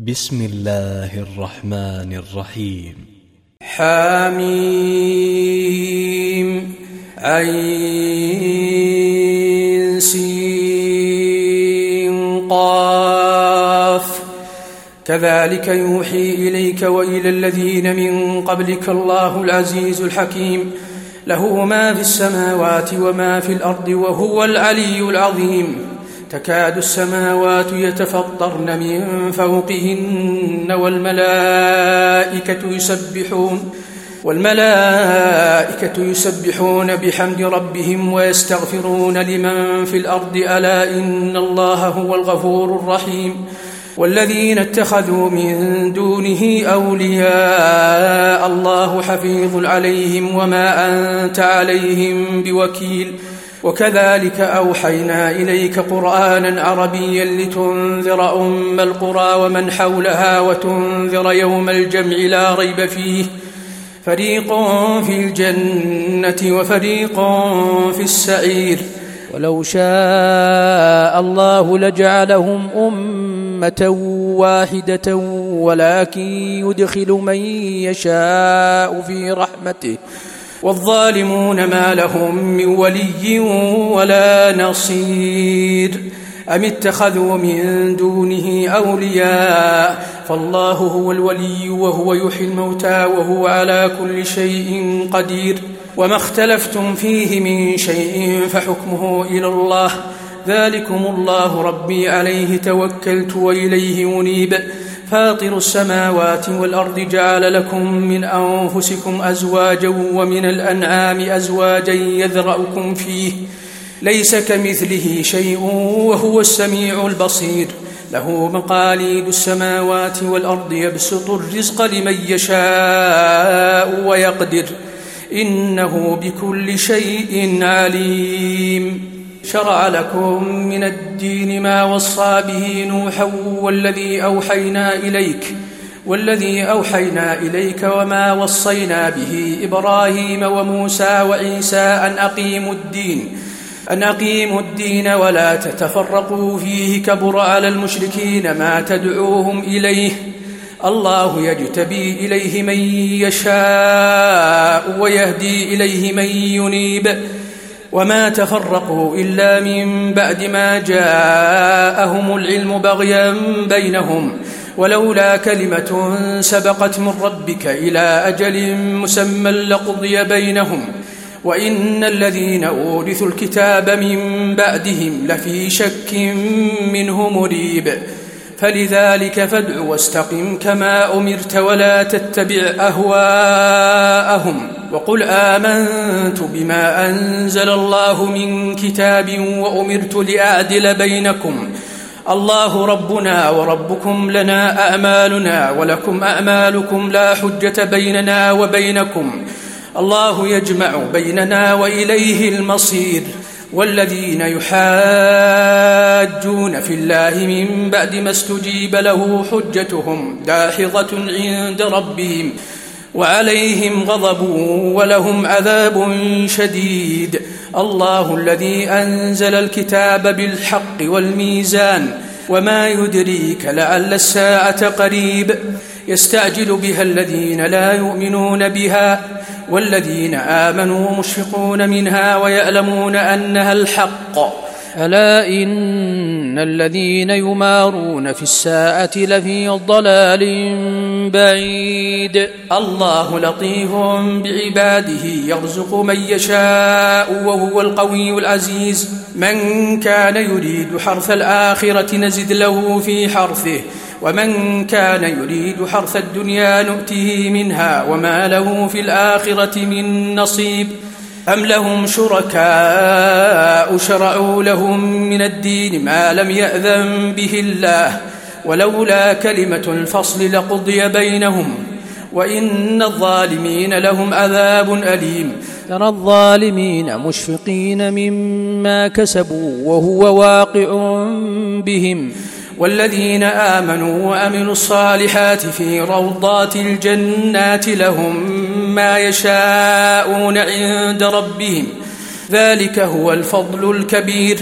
بسم الله الرحمن الرحيم. حميم عين سين قاف كذلك يوحي إليك وإلى الذين من قبلك الله العزيز الحكيم له ما في السماوات وما في الأرض وهو العلي العظيم. تكاد السماوات يتفطرن من فوقهن والملائكة يسبحون بحمد ربهم ويستغفرون لمن في الأرض ألا إن الله هو الغفور الرحيم. والذين اتخذوا من دونه أولياء الله حفيظ عليهم وما أنت عليهم بوكيل. وكذلك أوحينا إليك قرآنا عربيا لتنذر أم القرى ومن حولها وتنذر يوم الجمع لا ريب فيه فريق في الجنة وفريق في السعير. ولو شاء الله لجعلهم أمة واحدة ولكن يدخل من يشاء في رحمته والظالمون ما لهم من ولي ولا نصير. أم اتخذوا من دونه أولياء فالله هو الولي وهو يحيي الموتى وهو على كل شيء قدير. وما اختلفتم فيه من شيء فحكمه إلى الله ذلكم الله ربي عليه توكلت وإليه أنيب. فاطر السماوات والأرض جعل لكم من أنفسكم أزواجا ومن الأنعام أزواجا يذرأكم فيه ليس كمثله شيء وهو السميع البصير. له مقاليد السماوات والأرض يبسط الرزق لمن يشاء ويقدر إنه بكل شيء عليم. شرع لكم من الدين ما وصى به نوحا والذي أوحينا إليك وما وصينا به إبراهيم وموسى وعيسى أن أقيموا الدين ولا تتفرقوا فيه كبر على المشركين ما تدعوهم إليه. الله يجتبي إليه من يشاء ويهدي إليه من ينيب. وما تفرقوا إلا من بعد ما جاءهم العلم بغيا بينهم ولولا كلمة سبقت من ربك إلى أجل مسمى لقضي بينهم وإن الذين أورثوا الكتاب من بعدهم لفي شك منه مريب. فلذلك فادع واستقم كما أمرت ولا تتبع أهواءهم وقل آمنت بما أنزل الله من كتاب وأمرت لأعدل بينكم الله ربنا وربكم لنا أعمالنا ولكم أعمالكم لا حجة بيننا وبينكم الله يجمع بيننا وإليه المصير. والذين يحاجون في الله من بعد ما استجيب له حجتهم داحضة عند ربهم وعليهم غضب ولهم عذاب شديد. الله الذي أنزل الكتاب بالحق والميزان وما يدريك لعل الساعة قريب. يستعجل بها الذين لا يؤمنون بها والذين آمنوا مشفقون منها ويعلمون أنها الحق. ألا إن الذين يمارون في الساعة لفي ضلال بعيد. الله لطيف بعباده يرزق من يشاء وهو القوي العزيز. من كان يريد حرث الآخرة نزد له في حرثه ومن كان يريد حرث الدنيا نؤته منها وما له في الآخرة من نصيب. أم لهم شركاء شرعوا لهم من الدين ما لم يأذن به الله ولولا كلمة الفصل لقضي بينهم وإن الظالمين لهم عذاب أليم. ترى الظالمين مشفقين مما كسبوا وهو واقع بهم والذين آمنوا وعملوا الصالحات في روضات الجنات لهم ما يشاءون عند ربهم ذلك هو الفضل الكبير.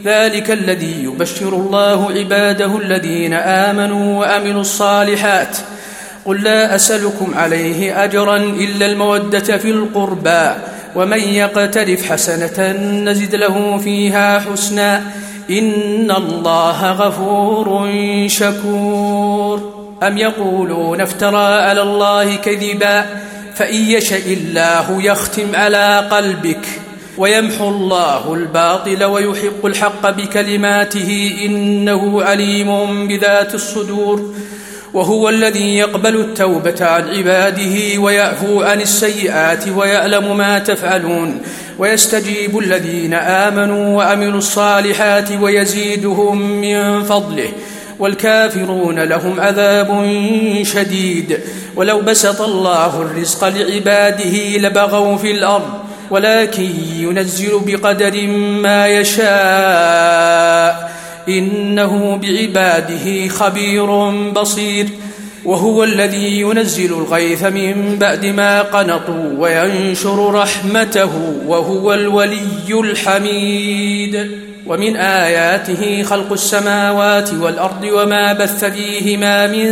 ذلك الذي يبشر الله عباده الذين آمنوا وأمنوا الصالحات قل لا أسألكم عليه أجرا إلا المودة في القربى ومن يقترف حسنة نزد له فيها حسنا إن الله غفور شكور. أم يقولون افترى على الله كذبا فإن يشاء الله يختم على قلبك ويمحو الله الباطل ويحق الحق بكلماته إنه عليم بذات الصدور. وهو الذي يقبل التوبة عن عباده ويعفو عن السيئات ويعلم ما تفعلون ويستجيب الذين آمنوا وعملوا الصالحات ويزيدهم من فضله والكافرون لهم عذاب شديد. ولو بسط الله الرزق لعباده لبغوا في الأرض ولكن ينزل بقدر ما يشاء إنه بعباده خبير بصير. وهو الذي ينزل الغيث من بعد ما قنطوا وينشر رحمته وهو الولي الحميد. ومن آياته خلق السماوات والأرض وما بث فيهما من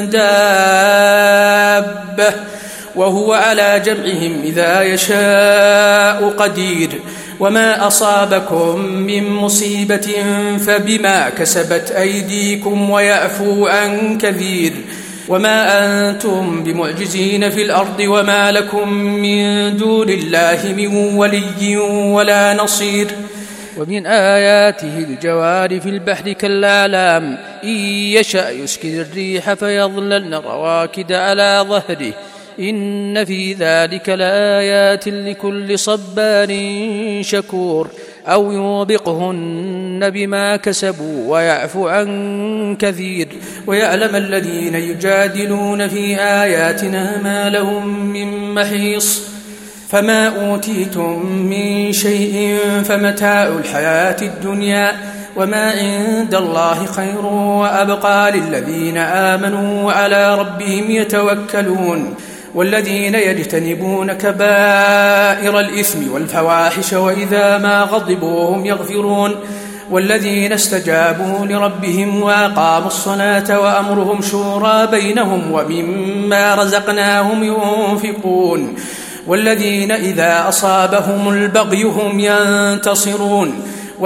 دابة وهو على جمعهم إذا يشاء قدير. وما أصابكم من مصيبة فبما كسبت أيديكم ويعفو عن كثير. وما أنتم بمعجزين في الأرض وما لكم من دون الله من ولي ولا نصير. ومن آياته الجوار في البحر كالأعلام إن يشأ يسكن الريح فيظللن رواكد على ظهره إن في ذلك لآيات لكل صبار شكور. أو يوبقهن بما كسبوا ويعفو عن كثير. ويعلم الذين يجادلون في آياتنا ما لهم من محيص. فما أوتيتم من شيء فمتاع الحياة الدنيا وما عند الله خير وأبقى للذين آمنوا وعلى ربهم يتوكلون. والذين يجتنبون كبائر الإثم والفواحش وإذا ما غضبوا هم يغفرون. والذين استجابوا لربهم وأقاموا الصلاة وأمرهم شورى بينهم ومما رزقناهم ينفقون. والذين إذا أصابهم البغي هم ينتصرون.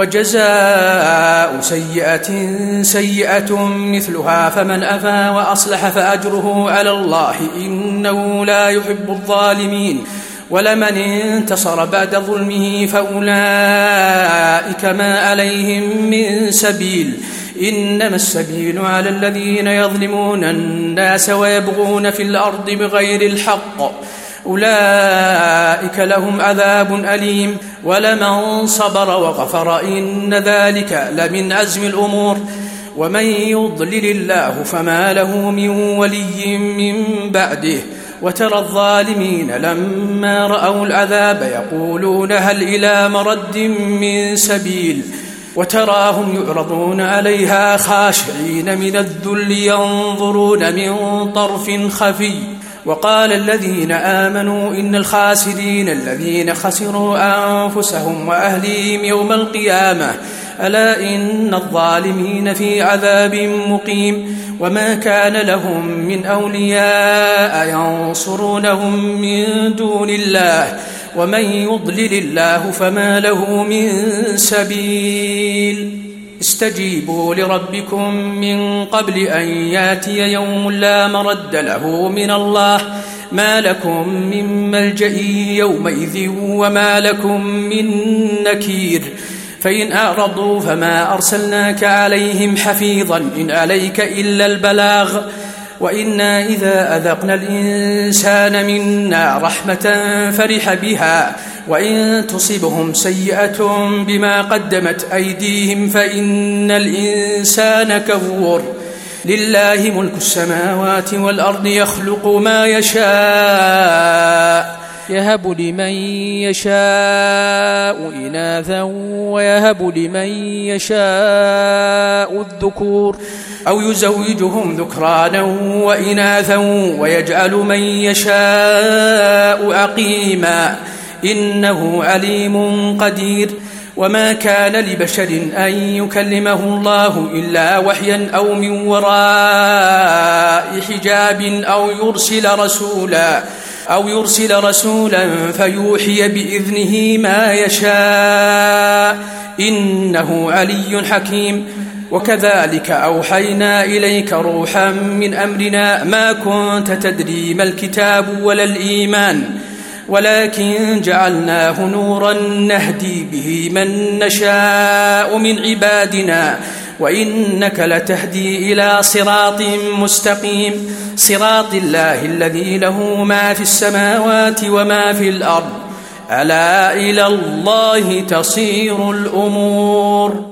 وجزاء سيئة سيئة مثلها فمن أفا وأصلح فأجره على الله إنه لا يحب الظالمين. ولمن انتصر بعد ظلمه فأولئك ما عليهم من سبيل إنما السبيل على الذين يظلمون الناس ويبغون في الأرض بغير الحق أولئك لهم عذاب أليم. ولمن صبر وغفر إن ذلك لمن عزم الأمور. ومن يضلل الله فما له من ولي من بعده. وترى الظالمين لما رأوا العذاب يقولون هل إلى مرد من سبيل. وتراهم يعرضون عليها خاشعين من الذل ينظرون من طرف خفي. وقال الذين آمنوا إن الخاسرين الذين خسروا أنفسهم وأهليهم يوم القيامة ألا إن الظالمين في عذاب مقيم. وما كان لهم من أولياء ينصرونهم من دون الله ومن يضلل الله فما له من سبيل. استجيبوا لربكم من قبل أن ياتي يوم لا مرد له من الله ما لكم من ملجأ يومئذ وما لكم من نكير. فإن أعرضوا فما أرسلناك عليهم حفيظا إن عليك إلا البلاغ. وإنا إذا أذقنا الإنسان منا رحمة فرح بها وإن تصبهم سيئة بما قدمت أيديهم فإن الإنسان كفور. لله ملك السماوات والأرض يخلق ما يشاء يهب لمن يشاء إناثا ويهب لمن يشاء الذكور أو يزوجهم ذكرانا وإناثا ويجعل من يشاء عقيما إنه عليم قدير. وما كان لبشر أن يكلمه الله إلا وحيا أو من وراء حجاب أو يرسل رسولا فيوحي بإذنه ما يشاء إنه علي حكيم. وكذلك أوحينا إليك روحا من أمرنا ما كنت تدري ما الكتاب ولا الإيمان ولكن جعلناه نورا نهدي به من نشاء من عبادنا وإنك لتهدي إلى صراط مستقيم صراط الله الذي له ما في السماوات وما في الأرض ألا إلى الله تصير الأمور.